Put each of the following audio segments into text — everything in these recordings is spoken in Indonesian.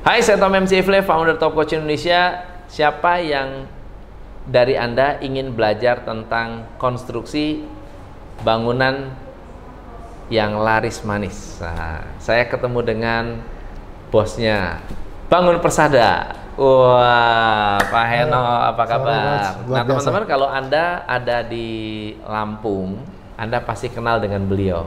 Hai, saya Tom MC Ifle, founder Top Coach Indonesia. Siapa yang dari Anda ingin belajar tentang konstruksi bangunan yang laris manis? Nah, saya ketemu dengan bosnya Bangun Persada. Wah, Pak Heno, apa kabar? Nah, teman-teman, kalau Anda ada di Lampung, Anda pasti kenal dengan beliau.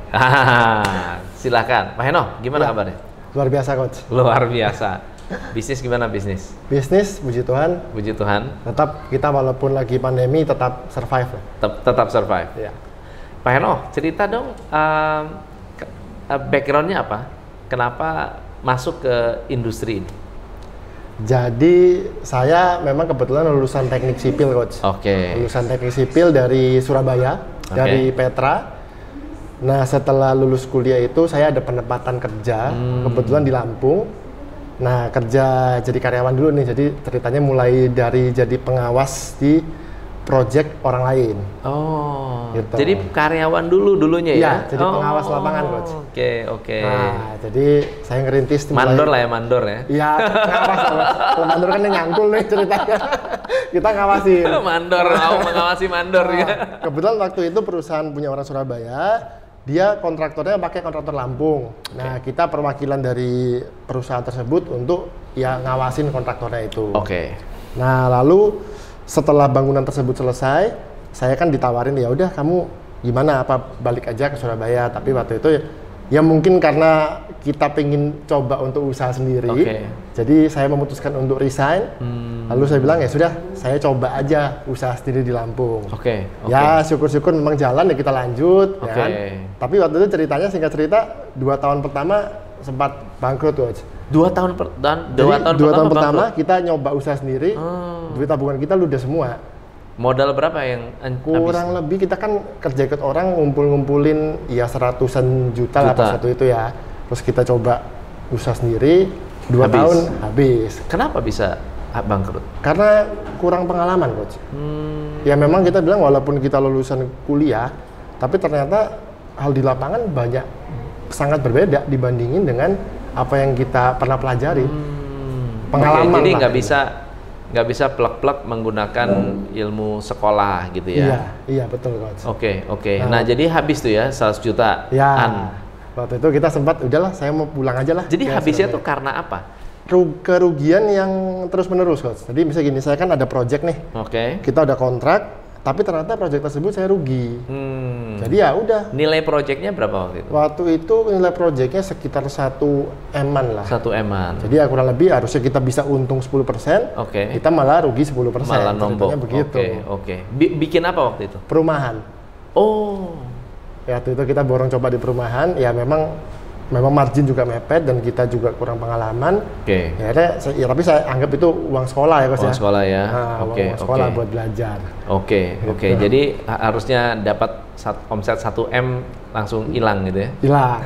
Silakan, Pak Heno, gimana kabarnya? Luar biasa, Coach. Luar biasa. Bisnis gimana bisnis? Bisnis, puji Tuhan. Puji Tuhan. Tetap kita walaupun lagi pandemi tetap survive. Tetap survive. Ya. Pak Heno, cerita dong backgroundnya apa? Kenapa masuk ke industri ini? Jadi saya memang kebetulan lulusan teknik sipil, Coach. Oke. Lulusan teknik sipil dari Surabaya, dari Petra. Nah, setelah lulus kuliah itu saya ada penempatan kerja, kebetulan di Lampung. Nah, kerja jadi karyawan dulu nih, jadi ceritanya mulai dari jadi pengawas di project orang lain. Oh, gitu. Jadi karyawan dulunya ya? Iya, jadi pengawas lapangan, Coach. Oke. Nah, jadi saya ngerintis mandor lah ya, mandor ya? Iya, pengawas. Kalau mandor kan nyangkul nih ceritanya. Kita ngawasin. Mandor, mau mengawasi mandor ya? Kebetulan waktu itu perusahaan punya orang Surabaya, dia kontraktornya pakai kontraktor Lampung. Nah, kita perwakilan dari perusahaan tersebut untuk ya ngawasin kontraktornya itu. Oke. Nah, lalu setelah bangunan tersebut selesai, saya kan ditawarin, ya udah kamu gimana, apa balik aja ke Surabaya. Tapi waktu itu ya mungkin karena kita pengen coba untuk usaha sendiri, jadi saya memutuskan untuk resign. Lalu saya bilang, ya sudah, saya coba aja usaha sendiri di Lampung. Ya syukur-syukur memang jalan, ya kita lanjut. Ya kan? Tapi waktu itu ceritanya, singkat cerita, 2 tahun pertama sempat bangkrut, Coach. 2 tahun pertama kita nyoba usaha sendiri, duit tabungan kita ludes semua. Modal berapa yang kurang lebih kita kan kerja ikut orang ngumpulin ya 100-an juta lah pas satu itu ya. Terus kita coba usaha sendiri, 2 tahun habis. Kenapa bisa bangkrut? Karena kurang pengalaman, Coach. Ya memang kita bilang walaupun kita lulusan kuliah, tapi ternyata hal di lapangan sangat berbeda dibandingin dengan apa yang kita pernah pelajari. Pengalaman. Jadi nggak bisa plek-plek menggunakan ilmu sekolah gitu ya? Iya betul, Coach. Oke. Nah, jadi habis tuh ya 100 juta. Ya. Waktu itu kita sempat, udahlah saya mau pulang aja lah. Jadi habisnya tuh karena apa? Kerugian yang terus menerus, Coach. Jadi misalnya gini, saya kan ada project nih. Kita udah kontrak, tapi ternyata project tersebut saya rugi. Jadi ya udah. Nilai projectnya berapa waktu itu? Waktu itu nilai projectnya sekitar 1 M-an lah. 1 M-an. Jadi ya kurang lebih harusnya kita bisa untung 10%, kita malah rugi 10%. Malah nombok. Begitu. Bikin apa waktu itu? Perumahan. Waktu itu kita borong coba di perumahan, ya memang margin juga mepet dan kita juga kurang pengalaman. Ya, tapi saya anggap itu uang sekolah ya, Coach. Uang sekolah ya. Uang sekolah buat belajar. Oke. Jadi harusnya dapat omset 1 M langsung hilang gitu ya? Hilang.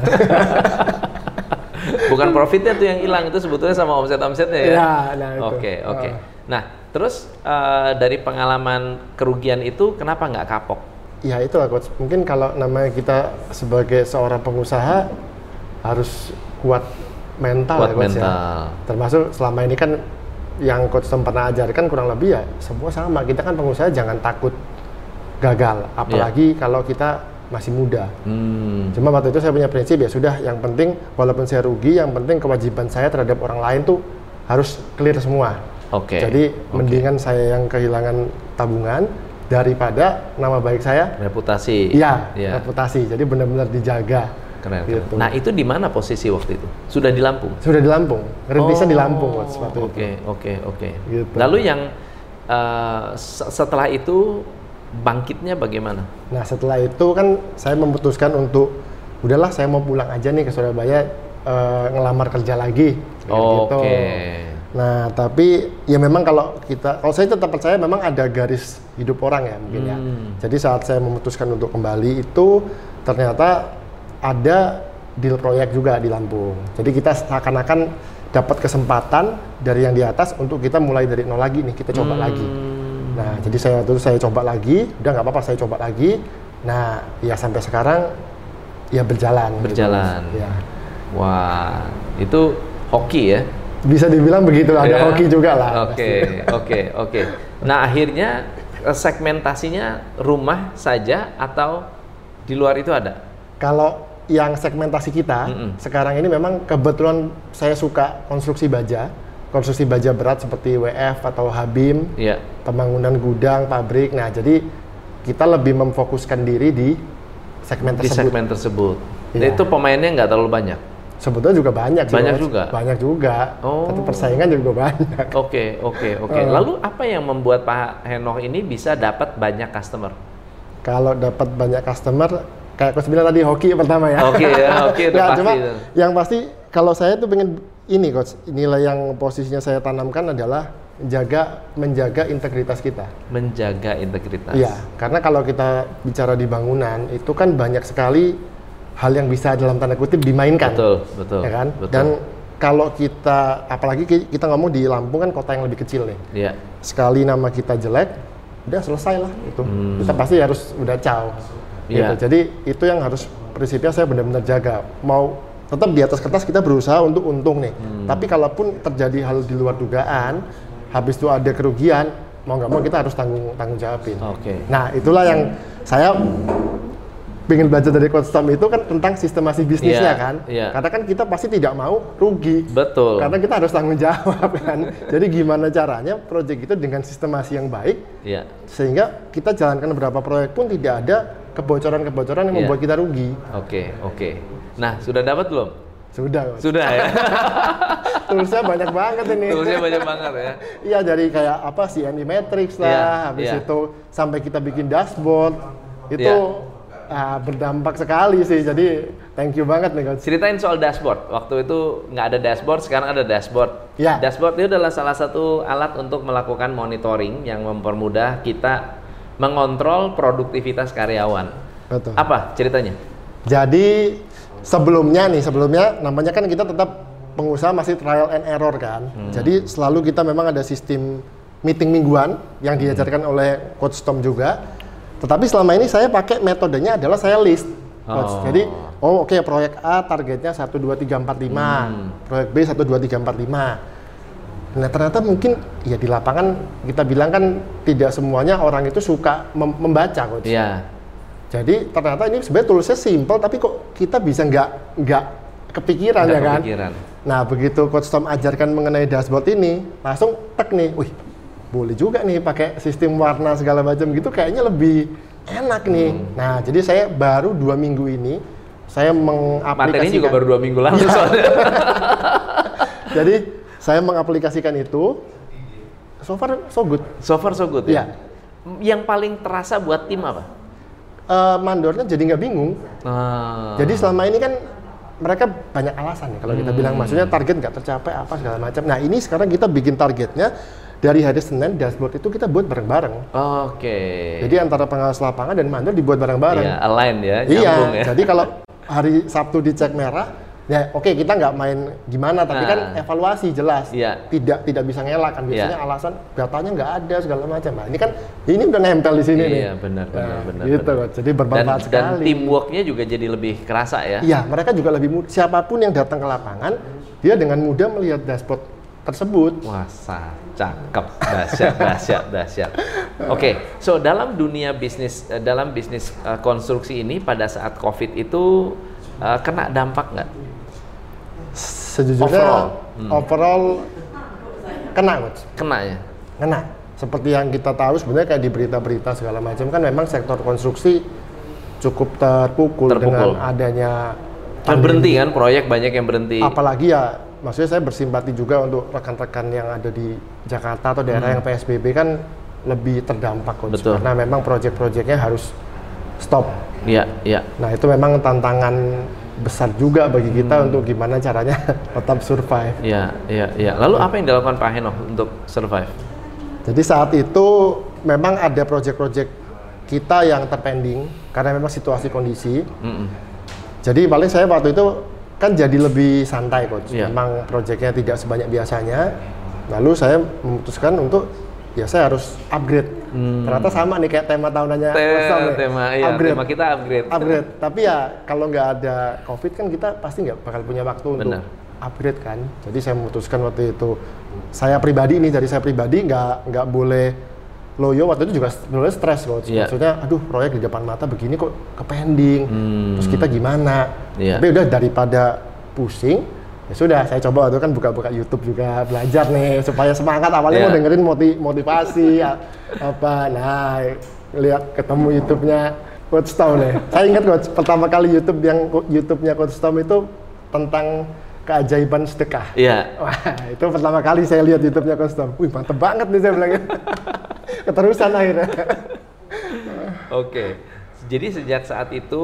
Bukan profitnya tuh yang hilang, itu sebetulnya sama omset-omsetnya ya? Oke. Nah, terus dari pengalaman kerugian itu kenapa nggak kapok? Ya itulah, Coach. Mungkin kalau namanya kita sebagai seorang pengusaha harus kuat mental, ya, Coach. Termasuk selama ini kan yang Coach pernah ajarkan kurang lebih ya semua sama. Kita kan pengusaha jangan takut gagal, apalagi kalau kita masih muda. Cuma waktu itu saya punya prinsip, ya sudah, yang penting walaupun saya rugi, yang penting kewajiban saya terhadap orang lain tuh harus clear semua. Jadi mendingan saya yang kehilangan tabungan daripada nama baik saya, reputasi. Iya, reputasi. Jadi benar-benar dijaga. Keren. Nah, itu di mana posisi waktu itu? Sudah di Lampung? Sudah di Lampung. Ngerintisnya di Lampung waktu itu. Oke. Gitu. Lalu yang setelah itu bangkitnya bagaimana? Nah, setelah itu kan saya memutuskan untuk udahlah, saya mau pulang aja nih ke Surabaya, ngelamar kerja lagi. Gitu. Nah, tapi ya memang kalau saya tetap percaya memang ada garis hidup orang ya mungkin ya. Jadi saat saya memutuskan untuk kembali itu ternyata ada deal proyek juga di Lampung. Jadi kita seakan-akan dapat kesempatan dari yang di atas untuk kita mulai dari nol lagi nih, kita coba lagi. Nah, jadi waktu itu saya coba lagi, udah nggak apa-apa saya coba lagi. Nah, ya sampai sekarang ya berjalan. Gitu. Ya. Wah, itu hoki ya? Bisa dibilang begitu, ada hoki juga lah. Oke. Nah, akhirnya segmentasinya rumah saja atau di luar itu ada? Kalau yang segmentasi kita sekarang ini memang kebetulan saya suka konstruksi baja berat seperti WF atau Habim, pembangunan gudang, pabrik. Nah, jadi kita lebih memfokuskan diri di segmen tersebut. Itu pemainnya nggak terlalu banyak? Sebetulnya juga banyak sih. Banyak juga. Tapi persaingan juga banyak. Oke. Lalu apa yang membuat Pak Henoch ini bisa dapat banyak customer? Kalau dapat banyak customer, kayak Coach bilang tadi, hoki pertama ya. Hoki itu pasti. Cuma yang pasti kalau saya tuh pengen ini Coach, nilai yang posisinya saya tanamkan adalah menjaga integritas kita. Menjaga integritas. Iya, karena kalau kita bicara di bangunan itu kan banyak sekali hal yang bisa dalam tanda kutip dimainkan. Betul. Ya kan? Betul. Dan kalau kita, apalagi kita ngomong di Lampung kan kota yang lebih kecil nih. Iya. Sekali nama kita jelek, udah selesai lah itu. Kita pasti harus udah ciao. Gitu. Jadi itu yang harus prinsipnya saya benar-benar jaga. Mau tetap di atas kertas kita berusaha untuk untung nih. Tapi kalaupun terjadi hal di luar dugaan, habis itu ada kerugian, mau nggak mau kita harus tanggung jawabin. Nah, itulah yang saya pengen belajar dari Coach Tom itu kan tentang sistemasi bisnisnya kan. Karena kan kita pasti tidak mau rugi. Betul. Karena kita harus tanggung jawab kan. Jadi gimana caranya proyek itu dengan sistemasi yang baik, sehingga kita jalankan beberapa proyek pun tidak ada kebocoran-kebocoran yang membuat kita rugi. Oke. Nah, sudah dapat belum? Sudah ya. Toolsnya banyak banget ini. Toolsnya banyak banget ya. Iya, dari kayak apa CNI Matrix lah, habis itu sampai kita bikin dashboard itu. Berdampak sekali sih, jadi thank you banget nih Coach. Ceritain soal dashboard. Waktu itu nggak ada dashboard, sekarang ada dashboard. Dashboard itu adalah salah satu alat untuk melakukan monitoring yang mempermudah kita mengontrol produktivitas karyawan. Betul. Apa ceritanya? Jadi sebelumnya namanya kan kita tetap pengusaha masih trial and error kan. Jadi selalu kita memang ada sistem meeting mingguan yang diajarkan oleh Coach Tom juga. Tetapi selama ini saya pakai metodenya adalah saya list, Coach. Jadi, oke, proyek A targetnya 1, 2, 3, 4, 5. Proyek B 1, 2, 3, 4, 5. Nah, ternyata mungkin ya di lapangan kita bilang kan tidak semuanya orang itu suka membaca, Coach. Jadi ternyata ini sebenarnya toolsnya simple, tapi kok kita bisa nggak kepikiran ya kan? Nah, begitu Coach Tom ajarkan mengenai dashboard ini, langsung tek nih, boleh juga nih pakai sistem warna segala macam gitu, kayaknya lebih enak nih. Nah, jadi saya baru 2 minggu ini saya mengaplikasikan. Materinya juga baru 2 minggu lalu soalnya. Jadi saya mengaplikasikan itu, so far so good ya. Yang paling terasa buat tim apa? Mandornya jadi nggak bingung. Jadi selama ini kan mereka banyak alasan nih kalau kita bilang, maksudnya target nggak tercapai apa segala macam. Nah, ini sekarang kita bikin targetnya dari hari Senin, dashboard itu kita buat bareng-bareng. Jadi antara pengawas lapangan dan mandor dibuat bareng-bareng. Align ya, nyambung ya. Jadi kalau hari Sabtu dicek merah, ya kita nggak main gimana, tapi kan evaluasi jelas. Tidak bisa ngelak kan, biasanya alasan datanya nggak ada segala macam. Nah, ini udah nempel di sini nih. Benar. Gitu, jadi bermanfaat sekali. Dan teamworknya juga jadi lebih kerasa ya. Iya, mereka juga lebih mudah. Siapapun yang datang ke lapangan, dia dengan mudah melihat dashboard tersebut. Wah, cakep, dahsyat. Oke, so dalam dunia bisnis, dalam bisnis konstruksi ini pada saat COVID itu kena dampak nggak? Sejujurnya overall kena, Coach. Kena ya? Kena. Seperti yang kita tahu sebenarnya kayak di berita-berita segala macam kan, memang sektor konstruksi cukup terpukul. Dengan adanya pandemi. Berhenti kan, proyek banyak yang berhenti. Apalagi ya, maksudnya saya bersimpati juga untuk rekan-rekan yang ada di Jakarta atau daerah yang PSBB kan lebih terdampak, Coach. Betul. Karena memang proyek-proyeknya harus stop. Iya. Nah, itu memang tantangan besar juga bagi kita untuk gimana caranya tetap survive. Iya. Lalu apa yang dilakukan Pak Henoch untuk survive? Jadi saat itu memang ada proyek-proyek kita yang terpending karena memang situasi kondisi. Jadi paling saya waktu itu kan jadi lebih santai, Coach. Memang proyeknya tidak sebanyak biasanya. Lalu saya memutuskan untuk saya harus upgrade. Ternyata sama nih kayak tema tahunannya tema kita upgrade. Tapi ya kalau nggak ada COVID kan kita pasti nggak bakal punya waktu untuk upgrade kan. Jadi saya memutuskan waktu itu, saya pribadi nggak boleh loyo. Waktu itu juga sebenarnya stres coach. Maksudnya, aduh proyek di depan mata begini kok ke-pending, terus kita gimana? Tapi udah daripada pusing, ya sudah saya coba waktu kan buka-buka YouTube juga, belajar nih supaya semangat. Awalnya mau dengerin motivasi apa. Nah, lihat ketemu YouTube-nya Coach Tom nih. Saya ingat coach, pertama kali YouTube-nya Coach Tom itu tentang keajaiban sedekah. Wah, itu pertama kali saya lihat YouTube-nya Coach Tom. Wih, mantep banget nih saya bilangnya. Keterusan akhirnya. Oke. Jadi sejak saat itu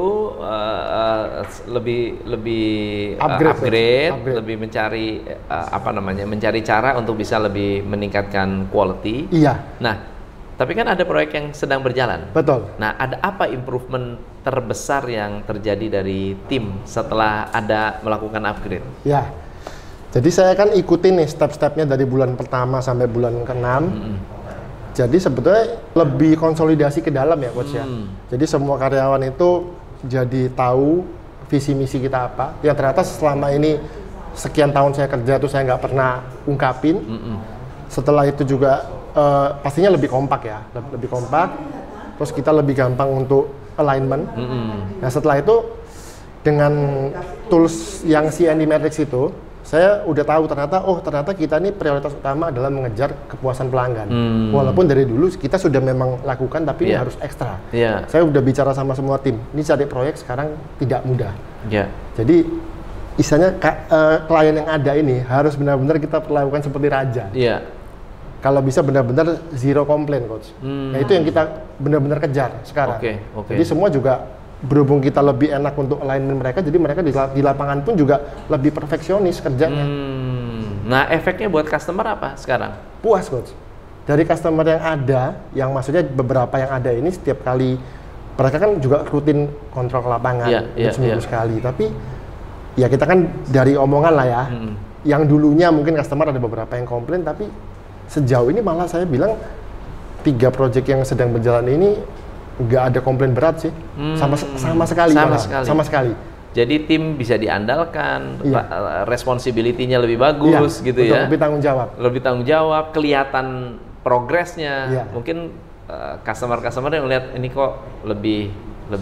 lebih upgrade, lebih mencari mencari cara untuk bisa lebih meningkatkan quality. Iya. Nah, tapi kan ada proyek yang sedang berjalan. Betul. Nah, ada apa improvement terbesar yang terjadi dari tim setelah ada melakukan upgrade? Ya. Jadi saya kan ikutin nih step-stepnya dari bulan pertama sampai bulan ke-6. Jadi sebetulnya lebih konsolidasi ke dalam ya coach ya. Jadi semua karyawan itu jadi tahu visi misi kita apa. Yang ternyata selama ini sekian tahun saya kerja tuh saya nggak pernah ungkapin. Setelah itu juga pastinya lebih kompak ya, lebih kompak. Terus kita lebih gampang untuk alignment. Nah setelah itu dengan tools yang CND Matrix itu, saya udah tahu ternyata kita ini prioritas utama adalah mengejar kepuasan pelanggan. Walaupun dari dulu kita sudah memang lakukan, tapi ini harus ekstra. Saya udah bicara sama semua tim, ini cari proyek sekarang tidak mudah. Jadi istilahnya klien yang ada ini harus benar-benar kita perlakukan seperti raja. Kalau bisa benar-benar zero complaint coach. Nah itu yang kita benar-benar kejar sekarang. Jadi semua juga berhubung kita lebih enak untuk alignment mereka, jadi mereka di lapangan pun juga lebih perfeksionis kerjanya. Nah efeknya buat customer apa sekarang? Puas coach. Dari customer yang ada, yang maksudnya beberapa yang ada ini setiap kali mereka kan juga rutin kontrol ke lapangan seminggu sekali. Tapi ya kita kan dari omongan lah ya. Yang dulunya mungkin customer ada beberapa yang komplain, tapi sejauh ini malah saya bilang 3 project yang sedang berjalan ini nggak ada komplain berat sih, sama sekali. Jadi tim bisa diandalkan, responsibility-nya lebih bagus gitu ya. Lebih tanggung jawab, kelihatan progresnya. Mungkin customer yang lihat ini kok lebih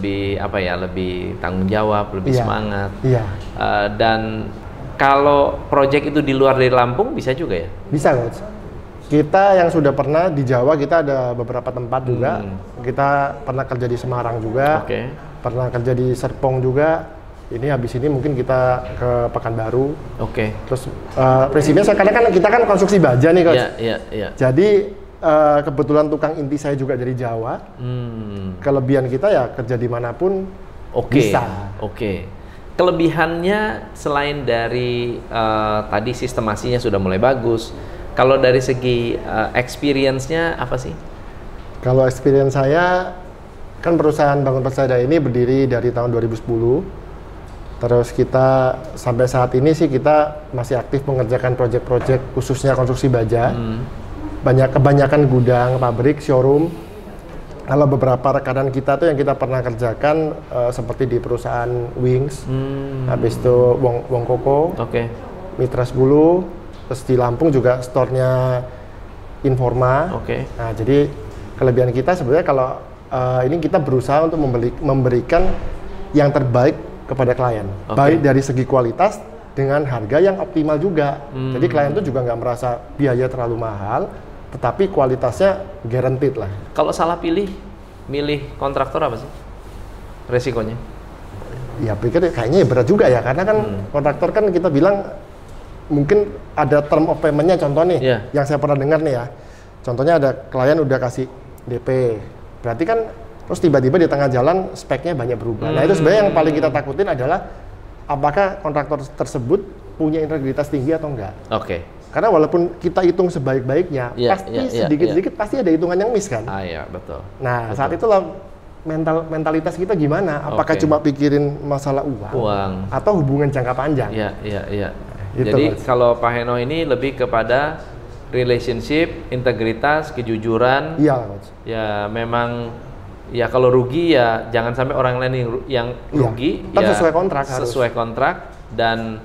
tanggung jawab, lebih semangat. Dan kalau project itu di luar dari Lampung bisa juga ya? Bisa coach. Kita yang sudah pernah di Jawa, kita ada beberapa tempat juga. Kita pernah kerja di Semarang juga, pernah kerja di Serpong juga. Ini habis ini mungkin kita ke Pekanbaru. Terus prinsipnya karena kan kita kan konstruksi baja nih coach. Jadi kebetulan tukang inti saya juga dari Jawa. Kelebihan kita ya kerja dimanapun bisa. Kelebihannya selain dari tadi sistemasinya sudah mulai bagus. Kalau dari segi experience-nya apa sih? Kalau experience saya, kan perusahaan Bangun Persada ini berdiri dari tahun 2010. Terus kita sampai saat ini sih kita masih aktif mengerjakan proyek-proyek khususnya konstruksi baja. Kebanyakan gudang, pabrik, showroom. Kalau beberapa rekanan kita tuh yang kita pernah kerjakan seperti di perusahaan Wings, habis itu Wong Koko, Mitra 10. Terus di Lampung juga store-nya Informa. Nah, jadi kelebihan kita sebenarnya kalau ini kita berusaha untuk memberikan yang terbaik kepada klien. Baik dari segi kualitas dengan harga yang optimal juga. Jadi klien itu juga nggak merasa biaya terlalu mahal, tetapi kualitasnya guaranteed lah. Kalau salah milih kontraktor apa sih resikonya? Ya pikir kayaknya berat juga ya, karena kan kontraktor kan kita bilang mungkin ada term of payment-nya, contoh nih, yang saya pernah dengar nih ya. Contohnya ada klien udah kasih DP, berarti kan terus tiba-tiba di tengah jalan speknya banyak berubah. Nah itu sebenarnya yang paling kita takutin adalah apakah kontraktor tersebut punya integritas tinggi atau enggak. Karena walaupun kita hitung sebaik-baiknya, pasti sedikit-sedikit pasti ada hitungan yang miss kan. Betul. Nah saat itulah mentalitas kita gimana? Apakah cuma pikirin masalah uang atau hubungan jangka panjang? Jadi kalau Pak Heno ini lebih kepada relationship, integritas, kejujuran. Ya memang ya kalau rugi ya jangan sampai orang lain yang rugi. Sesuai kontrak dan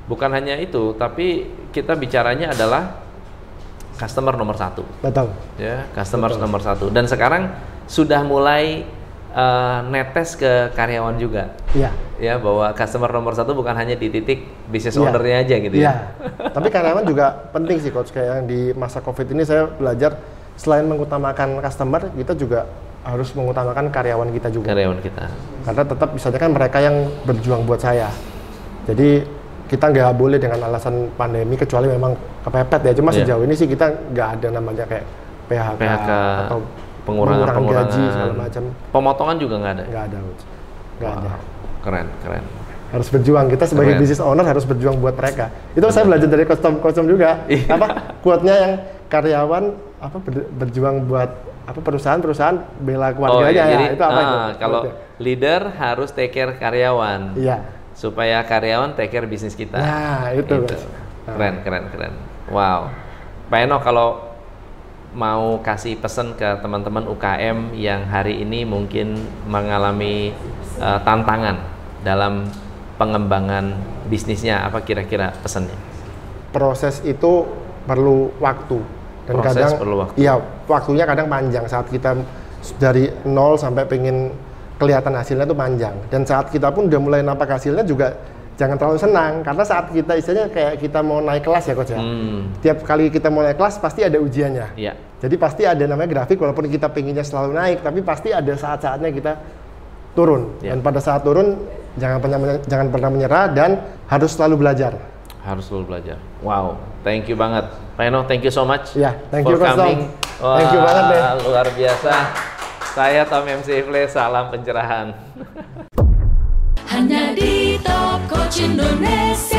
bukan hanya itu, tapi kita bicaranya adalah customer nomor 1. Betul. Ya, customer nomor 1. Dan sekarang sudah mulai netes ke karyawan juga. Iya. Ya, bahwa customer nomor 1 bukan hanya di titik business owner-nya aja gitu ya. Iya. Tapi karyawan juga penting sih coach, kayak yang di masa Covid ini saya belajar selain mengutamakan customer, kita juga harus mengutamakan karyawan kita juga. Karyawan kita. Karena tetap misalnya kan mereka yang berjuang buat saya. Jadi kita nggak boleh dengan alasan pandemi, kecuali memang kepepet ya. Cuma sejauh ini sih kita nggak ada namanya kayak PHK atau pengurangan gaji segala macam. Pemotongan juga nggak ada? Nggak ada, nggak ada. Keren. Harus berjuang, kita sebagai business owner harus berjuang buat mereka. Itu saya belajar dari kostum juga. Quote-nya yang karyawan berjuang buat perusahaan bela keluarganya. Jadi, itu apa itu? Kalau leader harus take care karyawan. Iya. Supaya karyawan take care bisnis kita. Nah, itu. Keren. Wow. Pak Eno, kalau mau kasih pesan ke teman-teman UKM yang hari ini mungkin mengalami tantangan dalam pengembangan bisnisnya, apa kira-kira pesannya? Proses itu perlu waktu. Dan perlu waktu. Iya, waktunya kadang panjang. Saat kita dari nol sampai pengen kelihatan hasilnya itu panjang. Dan saat kita pun udah mulai nampak hasilnya juga jangan terlalu senang, karena saat kita istilahnya kayak kita mau naik kelas ya coach ya. Tiap kali kita mau naik kelas pasti ada ujiannya. Yeah. Jadi pasti ada namanya grafik, walaupun kita pengennya selalu naik, tapi pasti ada saat-saatnya kita turun. Yeah. Dan pada saat turun jangan pernah menyerah dan harus selalu belajar. Harus selalu belajar. Wow, thank you banget, Pak Eno. Thank you so much. Ya, thank you coming. Wah, thank you banget deh. Luar biasa. Saya Tom MC Ifle, salam pencerahan. Hanya di Top Coach Indonesia.